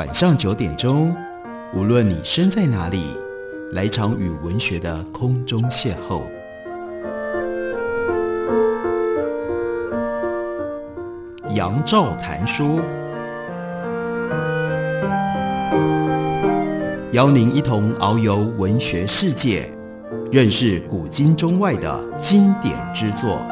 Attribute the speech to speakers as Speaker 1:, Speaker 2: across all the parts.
Speaker 1: 晚上9点钟，无论你身在哪里，来一场与文学的空中邂逅。杨照谈书，邀您一同遨游文学世界，认识古今中外的经典之作。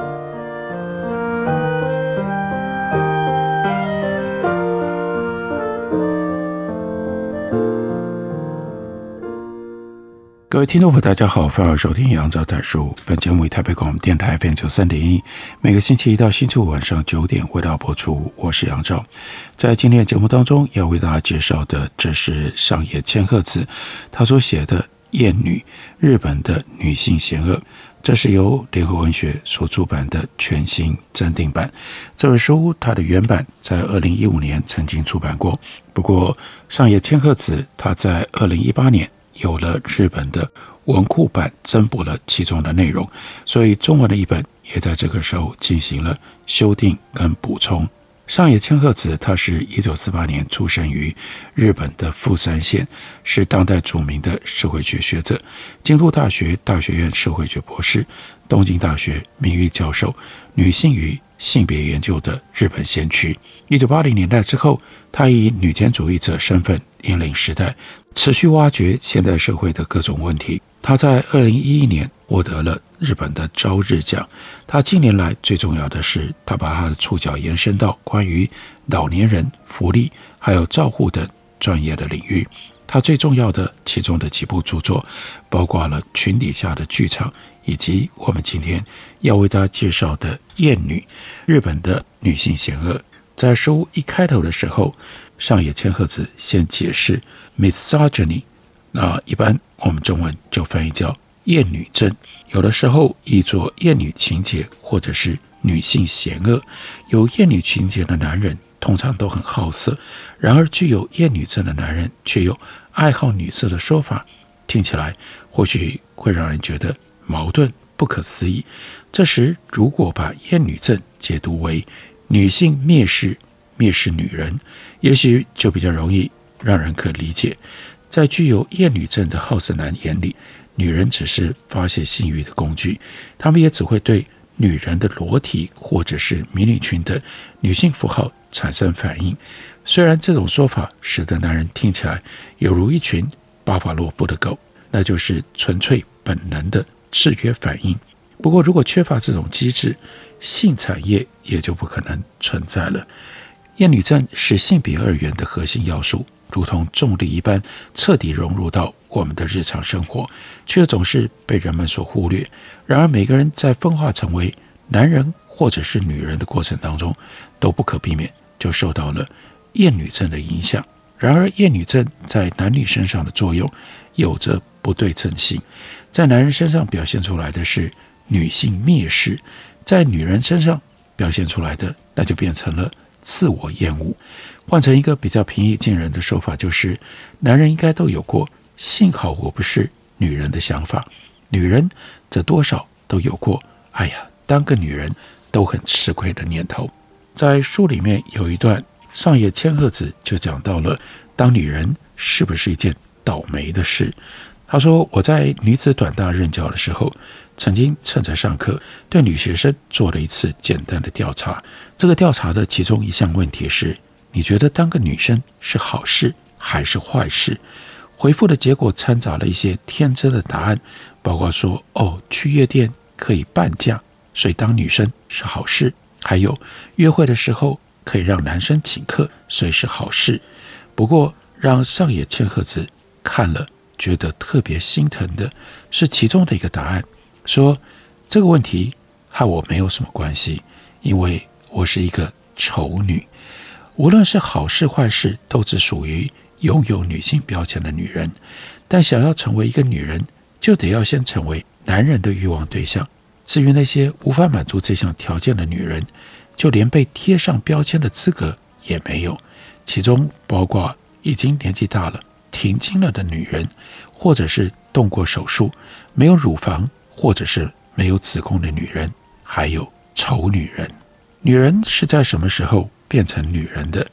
Speaker 2: 各位听众朋友大家好，欢迎收听杨照谈书。本节目以台北广播电台 FM 93.1，每个星期一到星期五晚上9点为大家播出。我是杨照。在今天的节目当中，要为大家介绍的，这是上野千鹤子他所写的《厌女》，日本的女性嫌恶。这是由联合文学所出版的全新增订版。这本书它的原版在2015年曾经出版过，不过上野千鹤子他在2018年有了日本的文库版增补了其中的内容，所以中文的译本也在这个时候进行了修订跟补充。上野千鹤子他是1948年出生于日本的富山县，是当代著名的社会学学者，京都大学大学院社会学博士，东京大学名誉教授，女性与性别研究的日本先驱。1980年代之后，他以女权主义者身份引领时代，持续挖掘现代社会的各种问题。他在2011年获得了日本的朝日奖。他近年来最重要的是，他把他的触角延伸到关于老年人福利还有照护等专业的领域。他最重要的其中的几部著作包括了《群底下的剧场》，以及我们今天要为大家介绍的《厌女》，日本的女性嫌恶。在书一开头的时候，上野千鹤子先解释 misogyny， 那一般我们中文就翻译叫厌女症，有的时候译作厌女情节或者是女性嫌恶。有厌女情节的男人通常都很好色，然而具有厌女症的男人却有爱好女色的说法，听起来或许会让人觉得矛盾不可思议。这时如果把厌女症解读为女性蔑视女人，也许就比较容易让人可理解。在具有厌女症的好色男眼里，女人只是发泄性欲的工具，他们也只会对女人的裸体或者是迷你裙等女性符号产生反应。虽然这种说法使得男人听起来有如一群巴伐洛夫的狗，那就是纯粹本能的制约反应。不过如果缺乏这种机制，性产业也就不可能存在了。厌女症是性别二元的核心要素，如同重力一般彻底融入到我们的日常生活，却总是被人们所忽略。然而每个人在分化成为男人或者是女人的过程当中，都不可避免就受到了厌女症的影响。然而厌女症在男女身上的作用有着不对称性，在男人身上表现出来的是女性蔑视，在女人身上表现出来的那就变成了自我厌恶。换成一个比较平易近人的说法，就是男人应该都有过幸好我不是女人的想法，女人则多少都有过哎呀当个女人都很吃亏的念头。在书里面有一段，上野千鹤子就讲到了当女人是不是一件倒霉的事。他说，我在女子短大任教的时候，曾经趁着上课对女学生做了一次简单的调查。这个调查的其中一项问题是，你觉得当个女生是好事还是坏事？回复的结果掺杂了一些天真的答案，包括说去夜店可以半价，所以当女生是好事，还有约会的时候可以让男生请客，所以是好事。不过让上野千鹤子看了觉得特别心疼的是其中的一个答案，说这个问题和我没有什么关系，因为我是一个丑女。无论是好事坏事，都只属于拥有女性标签的女人，但想要成为一个女人，就得要先成为男人的欲望对象。至于那些无法满足这项条件的女人，就连被贴上标签的资格也没有，其中包括已经年纪大了停经了的女人，或者是动过手术没有乳房或者是没有子宫的女人，还有丑女人。女人是在什么时候变成女人的？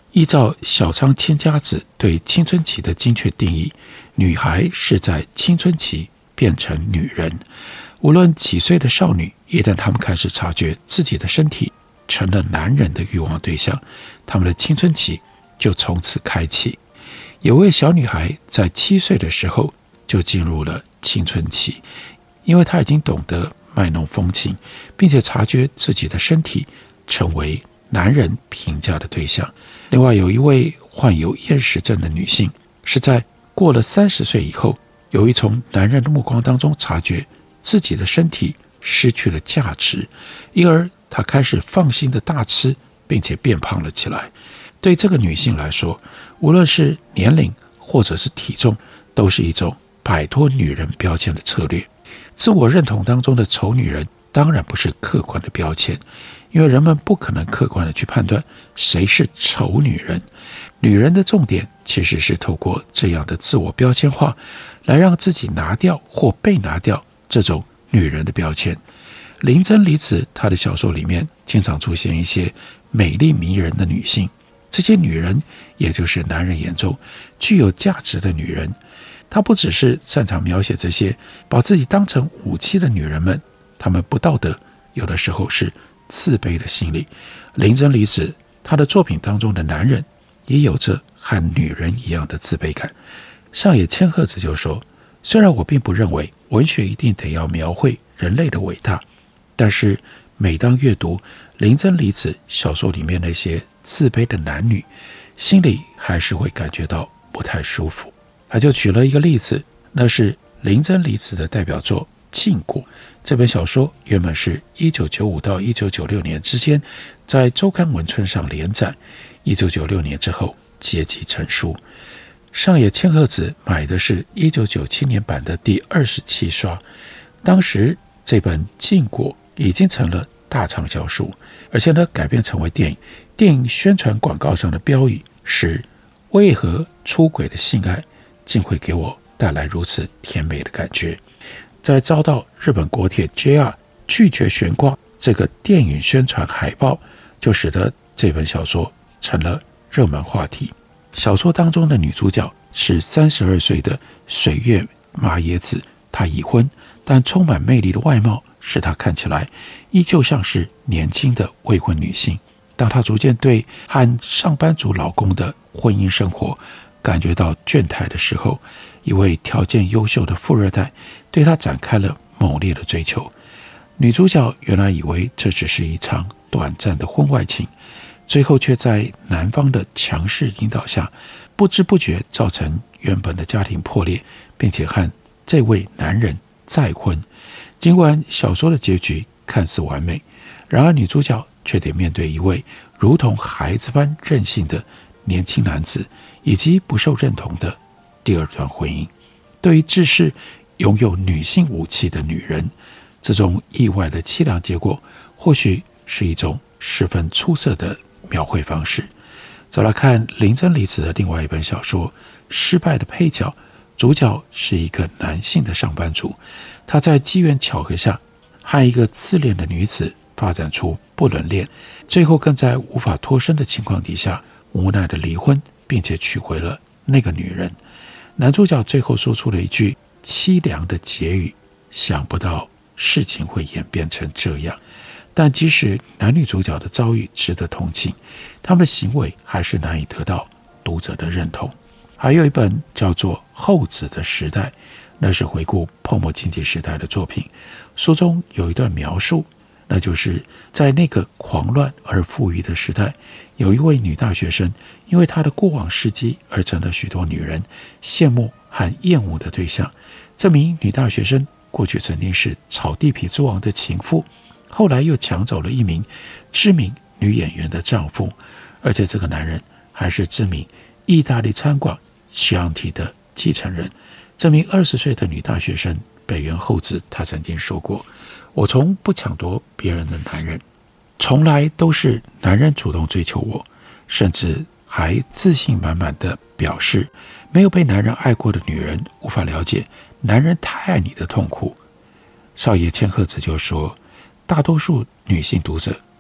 Speaker 2: 依照小仓千佳子对青春期的精确定义，女孩是在青春期变成女人。无论几岁的少女，一旦她们开始察觉自己的身体成了男人的欲望对象，她们的青春期就从此开启。有位小女孩在7岁的时候就进入了青春期，因为她已经懂得卖弄风情，并且察觉自己的身体成为男人评价的对象。另外有一位患有厌食症的女性，是在过了30岁以后，由于从男人的目光当中察觉自己的身体失去了价值，因而她开始放心的大吃，并且变胖了起来。对这个女性来说，无论是年龄或者是体重，都是一种摆脱女人标签的策略。自我认同当中的丑女人当然不是客观的标签，因为人们不可能客观的去判断谁是丑女人。女人的重点其实是透过这样的自我标签化，来让自己拿掉或被拿掉这种女人的标签。林真理子她的小说里面经常出现一些美丽迷人的女性，这些女人也就是男人眼中具有价值的女人。她不只是擅长描写这些把自己当成武器的女人们，她们不道德，有的时候是自卑的心理。林真理子她的作品当中的男人也有着和女人一样的自卑感。上野千鹤子就说，虽然我并不认为文学一定得要描绘人类的伟大，但是每当阅读林真理子小说里面那些自卑的男女，心里还是会感觉到不太舒服。他就举了一个例子，那是林真理子的代表作《禁果》。这本小说原本是1995到1996年之间在周刊文春上连载，1996年之后结集成书。上野千鹤子买的是1997年版的第27刷，当时这本《禁果》已经成了大畅销书，而且呢改编成为电影。电影宣传广告上的标语是：为何出轨的性爱竟会给我带来如此甜美的感觉。在遭到日本国铁 JR 拒绝悬挂这个电影宣传海报，就使得这本小说成了热门话题。小说当中的女主角是32岁的水月麻野子，她已婚，但充满魅力的外貌使她看起来依旧像是年轻的未婚女性。当她逐渐对和上班族老公的婚姻生活感觉到倦怠的时候，一位条件优秀的富二代对她展开了猛烈的追求。女主角原来以为这只是一场短暂的婚外情，最后却在男方的强势引导下，不知不觉造成原本的家庭破裂，并且和这位男人再婚。尽管小说的结局看似完美，然而女主角却得面对一位如同孩子般任性的年轻男子，以及不受认同的第二段婚姻。对于自视拥有女性武器的女人，这种意外的凄凉结果或许是一种十分出色的描绘方式。再来看林真理子的另外一本小说《失败的配角》，主角是一个男性的上班族，他在机缘巧合下和一个自恋的女子发展出不伦恋，最后更在无法脱身的情况底下无奈的离婚，并且娶回了那个女人。男主角最后说出了一句凄凉的结语，想不到事情会演变成这样。但即使男女主角的遭遇值得同情，他们的行为还是难以得到读者的认同。还有一本叫做《后子的时代》，那是回顾泡沫经济时代的作品。书中有一段描述，那就是在那个狂乱而富裕的时代，有一位女大学生因为她的过往事迹而成了许多女人羡慕和厌恶的对象。这名女大学生过去曾经是炒地皮之王的情妇，后来又抢走了一名知名女演员的丈夫，而且这个男人还是知名意大利餐馆 Chianti 的继承人。这名20岁的女大学生北原厚子，她曾经说过，我从不抢夺别人的男人，从来都是男人主动追求我，甚至还自信满满地表示，没有被男人爱过的女人无法了解男人太爱你的痛苦。少爷千鹤子就说，大多数女性读者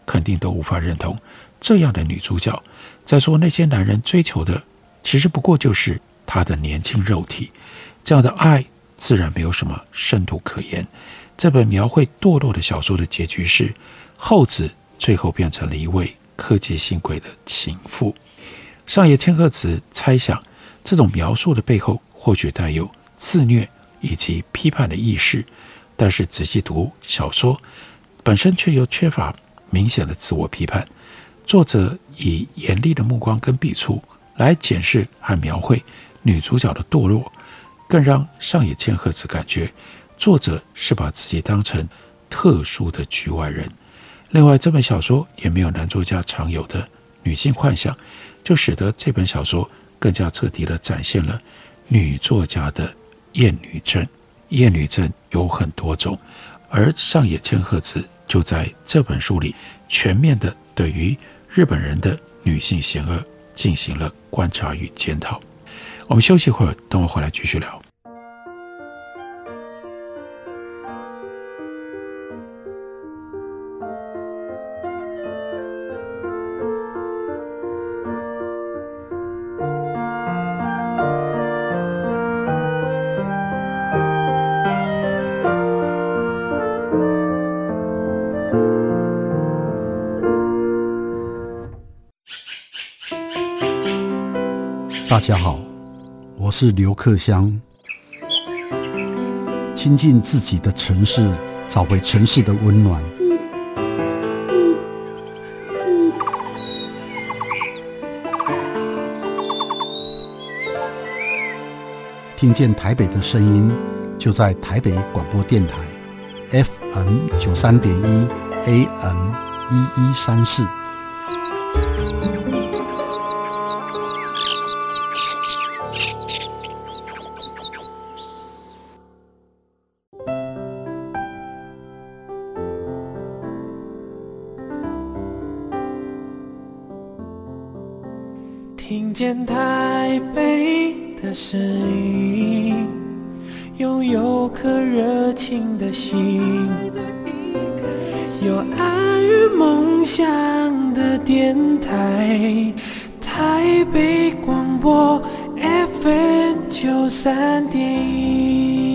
Speaker 2: 肯定都无法认同这样的女主角。再说那些男人追求的其实不过就是她的年轻肉体，这样的爱自然没有什么深度可言。这本描绘堕落的小说的结局是，后子最后变成了一位科技新贵的情妇。上野千鹤子猜想，这种描述的背后或许带有自虐以及批判的意识，但是仔细读小说本身却又缺乏明显的自我批判。作者以严厉的目光跟笔触来检视和描绘女主角的堕落，更让上野千鹤子感觉作者是把自己当成特殊的局外人。另外，这本小说也没有男作家常有的女性幻想，就使得这本小说更加彻底地展现了女作家的厌女症。厌女症有很多种，而上野千鹤子就在这本书里全面地对于日本人的女性嫌恶进行了观察与检讨。我们休息一会儿，等我回来继续聊。
Speaker 3: 大家好，我是刘克襄。亲近自己的城市，找回城市的温暖。听见台北的声音，就在台北广播电台 FM 93.1 AM 1134。
Speaker 4: 听见台北的声音，拥有颗热情的心，有爱与梦想的电台，台北广播 FM 93.1。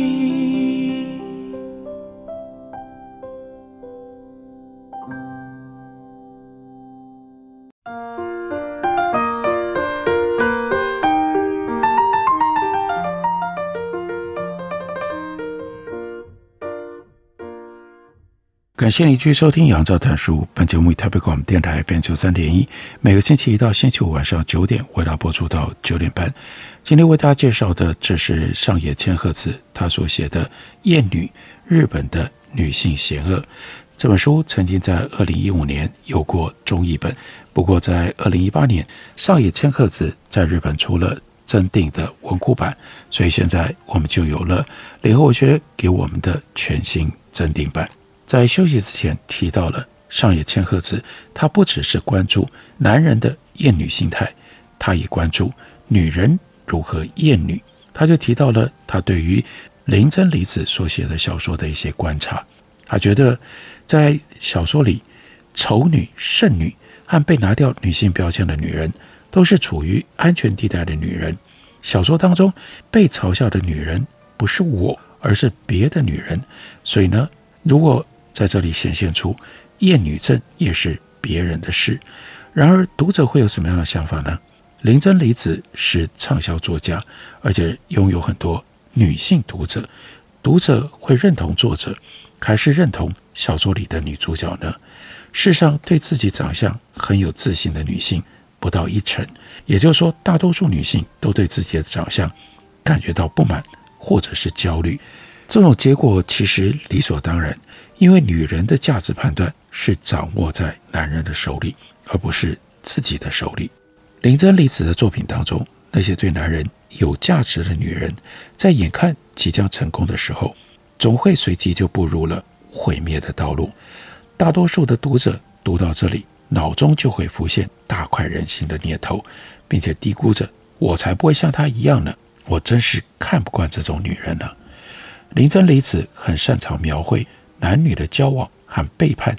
Speaker 2: 感谢你继续收听杨照谈书，本节目以台北广播电台 FM 93.1，每个星期一到星期五晚上9点为大家播出到9点半。今天为大家介绍的，这是上野千鹤子他所写的《厌女：日本的女性嫌恶》。这本书曾经在2015年有过中译本，不过在2018年，上野千鹤子在日本出了增订的文库版，所以现在我们就有了联合文学给我们的全新增订版。在休息之前提到了上野千鹤子，她不只是关注男人的厌女心态，她也关注女人如何厌女。她就提到了她对于林真理子所写的小说的一些观察。她觉得在小说里，丑女、剩女和被拿掉女性标签的女人都是处于安全地带的女人。小说当中被嘲笑的女人不是我，而是别的女人。所以呢，如果在这里显现出厌女症也是别人的事。然而读者会有什么样的想法呢？林真理子是畅销作家，而且拥有很多女性读者，读者会认同作者，还是认同小说里的女主角呢？世上对自己长相很有自信的女性不到1%，也就是说，大多数女性都对自己的长相感觉到不满或者是焦虑。这种结果其实理所当然，因为女人的价值判断是掌握在男人的手里，而不是自己的手里。林真理子的作品当中，那些对男人有价值的女人，在眼看即将成功的时候，总会随即就步入了毁灭的道路。大多数的读者读到这里，脑中就会浮现大快人心的念头，并且嘀咕着：我才不会像她一样呢，我真是看不惯这种女人呢。林真理子很擅长描绘男女的交往和背叛，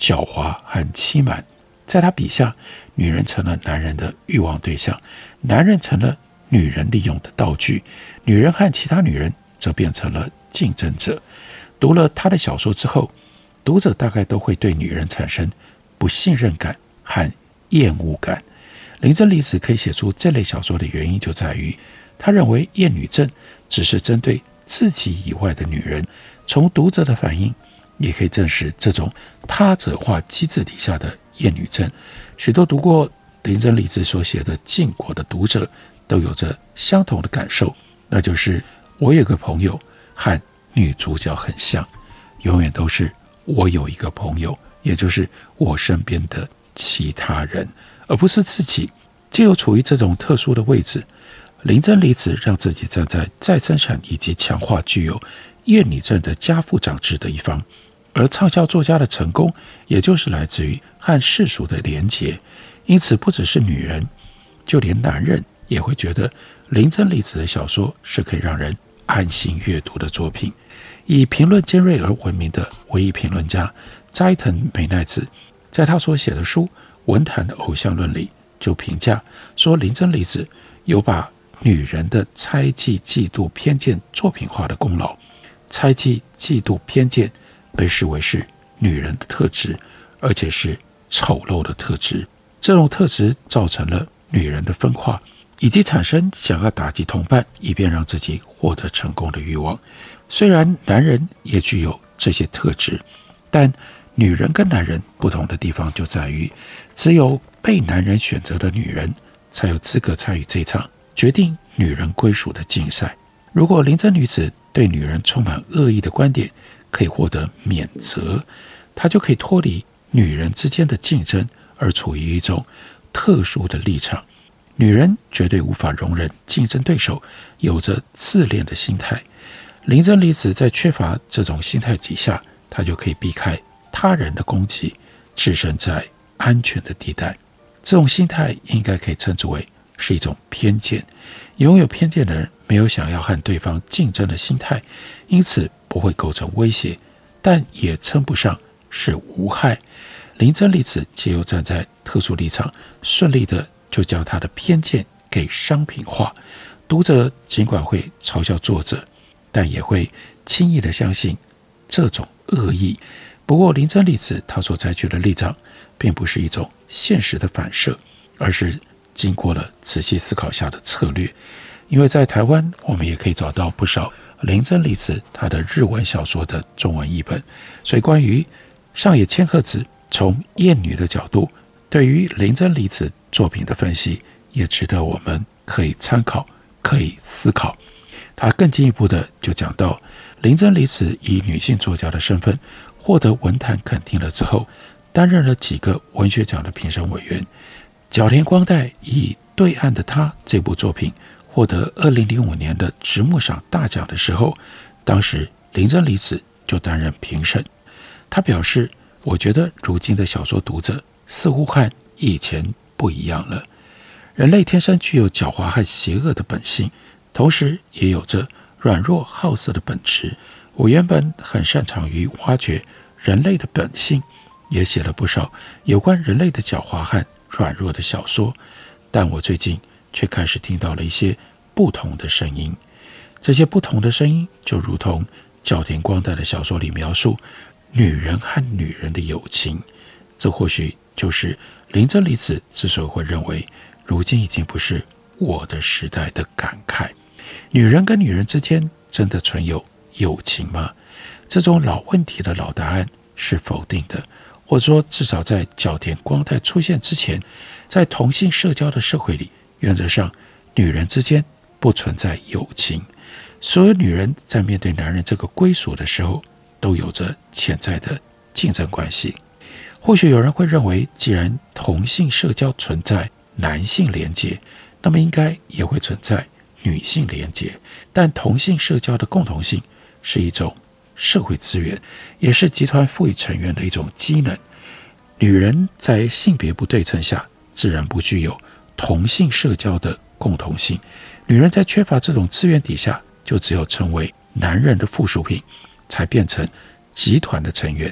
Speaker 2: 狡猾和欺瞒。在他笔下，女人成了男人的欲望对象，男人成了女人利用的道具，女人和其他女人则变成了竞争者。读了他的小说之后，读者大概都会对女人产生不信任感和厌恶感。林真理子可以写出这类小说的原因就在于，他认为厌女症只是针对自己以外的女人。从读者的反应也可以证实这种他者化机制底下的厌女症。许多读过林真理子所写的《禁果》的读者都有着相同的感受，那就是我有个朋友和女主角很像，永远都是我有一个朋友，也就是我身边的其他人，而不是自己。藉由处于这种特殊的位置，林真理子让自己站在再生产以及强化具有厌女症的家父长制的一方，而畅销作家的成功也就是来自于和世俗的连结。因此不只是女人，就连男人也会觉得林真理子的小说是可以让人安心阅读的作品。以评论尖锐而闻名的文艺评论家斋藤美奈子，在他所写的书《文坛的偶像论》里就评价说，林真理子有把女人的猜忌、嫉妒、偏见作品化的功劳。猜忌、嫉妒、偏见被视为是女人的特质，而且是丑陋的特质。这种特质造成了女人的分化，以及产生想要打击同伴以便让自己获得成功的欲望。虽然男人也具有这些特质，但女人跟男人不同的地方就在于，只有被男人选择的女人才有资格参与这场决定女人归属的竞赛。如果林真女子对女人充满恶意的观点可以获得免责，她就可以脱离女人之间的竞争，而处于一种特殊的立场。女人绝对无法容忍竞争对手有着自恋的心态。林真理子在缺乏这种心态底下，她就可以避开他人的攻击，置身在安全的地带。这种心态应该可以称之为是一种偏见。拥有偏见的人没有想要和对方竞争的心态，因此不会构成威胁，但也称不上是无害。林真理子藉由站在特殊立场，顺利的就将他的偏见给商品化。读者尽管会嘲笑作者，但也会轻易的相信这种恶意。不过林真理子他所采取的立场并不是一种现实的反射，而是经过了仔细思考下的策略。因为在台湾我们也可以找到不少林真理子他的日文小说的中文译本，所以关于上野千鹤子从厌女的角度对于林真理子作品的分析，也值得我们可以参考，可以思考。他更进一步的就讲到，林真理子以女性作家的身份获得文坛肯定了之后，担任了几个文学奖的评审委员。角田光代以《对岸的他》这部作品获得2005年的直木赏大奖的时候，当时林真理子就担任评审。他表示，我觉得如今的小说读者似乎和以前不一样了。人类天生具有狡猾和邪恶的本性，同时也有着软弱好色的本质。我原本很擅长于挖掘人类的本性，也写了不少有关人类的狡猾和软弱的小说，但我最近却开始听到了一些不同的声音。这些不同的声音就如同角田光代的小说里描述女人和女人的友情，这或许就是林真理子之所以会认为如今已经不是我的时代的感慨。女人跟女人之间真的存有友情吗？这种老问题的老答案是否定的，或者说至少在角田光代出现之前，在同性社交的社会里，原则上女人之间不存在友情。所有女人在面对男人这个归属的时候，都有着潜在的竞争关系。或许有人会认为，既然同性社交存在男性连结，那么应该也会存在女性连结。但同性社交的共同性是一种社会资源，也是集团赋予成员的一种机能。女人在性别不对称下，自然不具有同性社交的共同性。女人在缺乏这种资源底下，就只有成为男人的附属品，才变成集团的成员。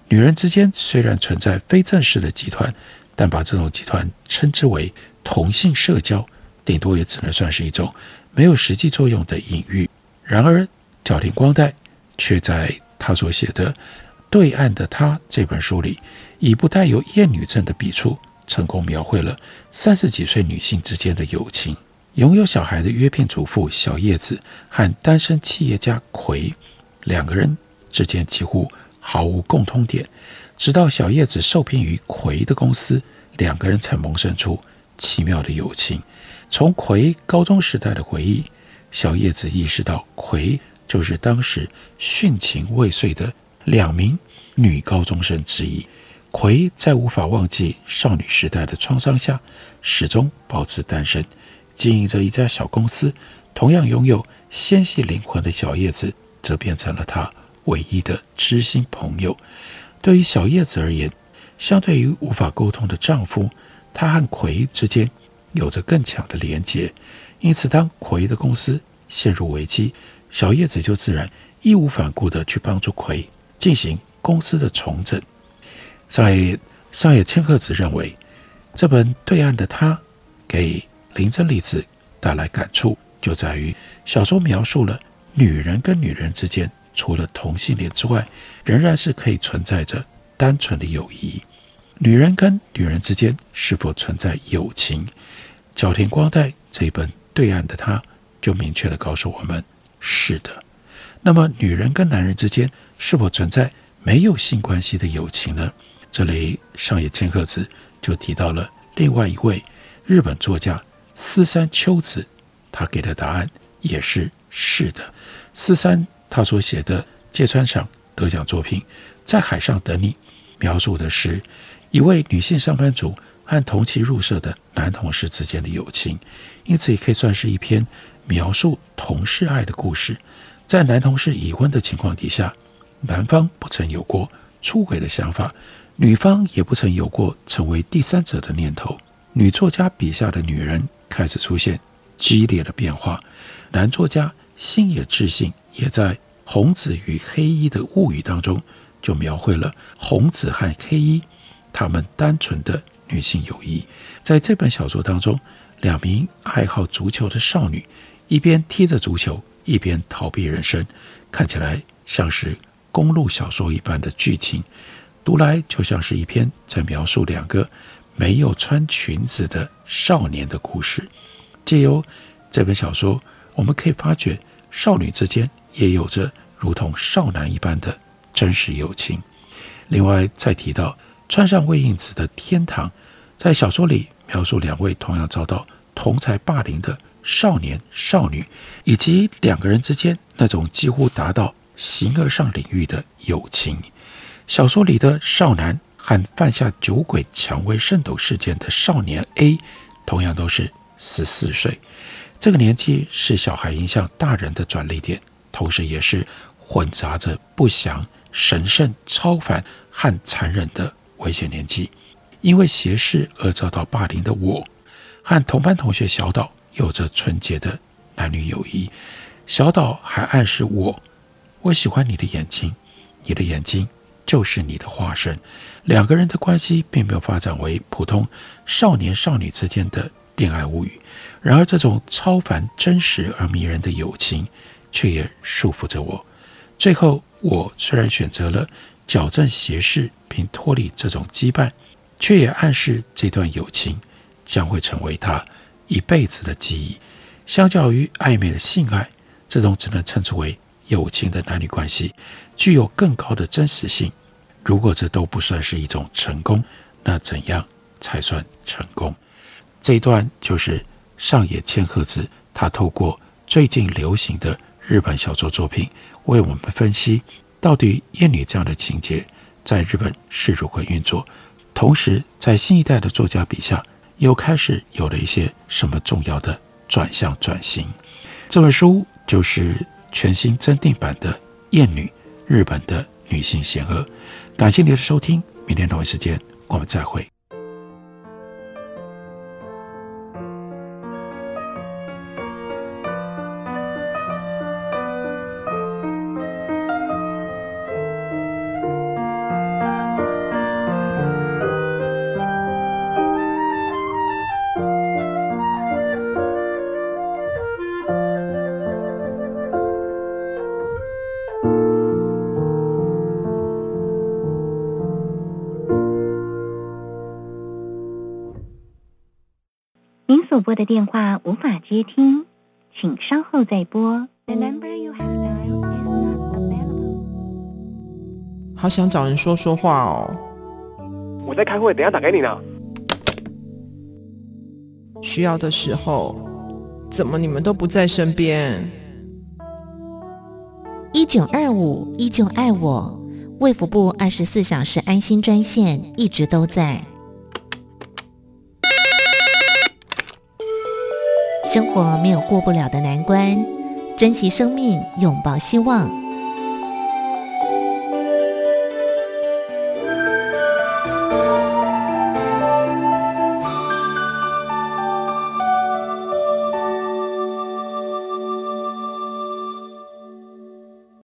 Speaker 2: 女人之间虽然存在非正式的集团，但把这种集团称之为同性社交，顶多也只能算是一种没有实际作用的隐喻。然而角田光代却在他所写的《对岸的她》这本书里，以不带有厌女症的笔触，成功描绘了30几岁女性之间的友情。拥有小孩的约聘主妇小叶子和单身企业家葵，两个人之间几乎毫无共通点，直到小叶子受聘于葵的公司，两个人才萌生出奇妙的友情。从葵高中时代的回忆，小叶子意识到葵就是当时殉情未遂的2名女高中生之一。葵在无法忘记少女时代的创伤下，始终保持单身，经营着一家小公司。同样拥有纤细灵魂的小叶子，则变成了她唯一的知心朋友。对于小叶子而言，相对于无法沟通的丈夫，她和葵之间有着更强的连结。因此当葵的公司陷入危机，小叶子就自然义无反顾地去帮助葵进行公司的重整。上野千鹤子认为，这本《对岸的她》给林真理子带来感触，就在于小说描述了女人跟女人之间除了同性恋之外，仍然是可以存在着单纯的友谊。女人跟女人之间是否存在友情？角田光代这一本《对岸的她》就明确地告诉我们，是的。那么女人跟男人之间是否存在没有性关系的友情呢？这里上野千鹤子就提到了另外一位日本作家私山秋子，他给的答案也是的。私山他所写的芥川赏得奖作品《在海上等你》，描述的是一位女性上班族和同期入社的男同事之间的友情，因此也可以算是一篇描述同事爱的故事。在男同事已婚的情况底下，男方不曾有过出轨的想法，女方也不曾有过成为第三者的念头。女作家笔下的女人开始出现激烈的变化，男作家星野智信也在《红子与黑衣的物语》当中就描绘了红子和黑衣他们单纯的女性友谊。在这本小说当中，2名爱好足球的少女一边踢着足球，一边逃避人生，看起来像是公路小说一般的剧情，读来就像是一篇在描述2个没有穿裙子的少年的故事。借由这本小说，我们可以发觉少女之间也有着如同少男一般的真实友情。另外再提到川上未映子的《天堂》，在小说里描述2位同样遭到同侪霸凌的少年少女，以及2个人之间那种几乎达到形而上领域的友情。小说里的少男和犯下酒鬼蔷薇圣斗事件的少年 A 同样都是14岁，这个年纪是小孩影响大人的转捩点，同时也是混杂着不祥、神圣、超凡和残忍的危险年纪。因为斜视而遭到霸凌的我，和同班同学小岛有着纯洁的男女友谊。小岛还暗示我喜欢你的眼睛，你的眼睛就是你的化身。2个人的关系并没有发展为普通少年少女之间的恋爱物语，然而这种超凡真实而迷人的友情却也束缚着我。最后我虽然选择了矫正斜视并脱离这种羁绊，却也暗示这段友情将会成为他一辈子的记忆。相较于暧昧的性爱，这种只能称之为友情的男女关系具有更高的真实性。如果这都不算是一种成功，那怎样才算成功？这一段就是上野千鹤子他透过最近流行的日本小说作品为我们分析到底厌女这样的情节在日本是如何运作，同时在新一代的作家笔下又开始有了一些什么重要的转向转型。这本书就是全新增订版的《厌女：日本的女性险恶》。感谢你的收听，明天同一时间我们再会。
Speaker 5: 所拨的电话无法接听，请稍后再拨。The number you have dialed is not available.
Speaker 6: 好想找人说说话哦。
Speaker 7: 我在开会，等一下打给你呢。
Speaker 6: 需要的时候，怎么你们都不在身边
Speaker 8: ？1925依旧爱我，卫福部24小时安心专线一直都在。生活没有过不了的难关，珍惜生命，拥抱希望。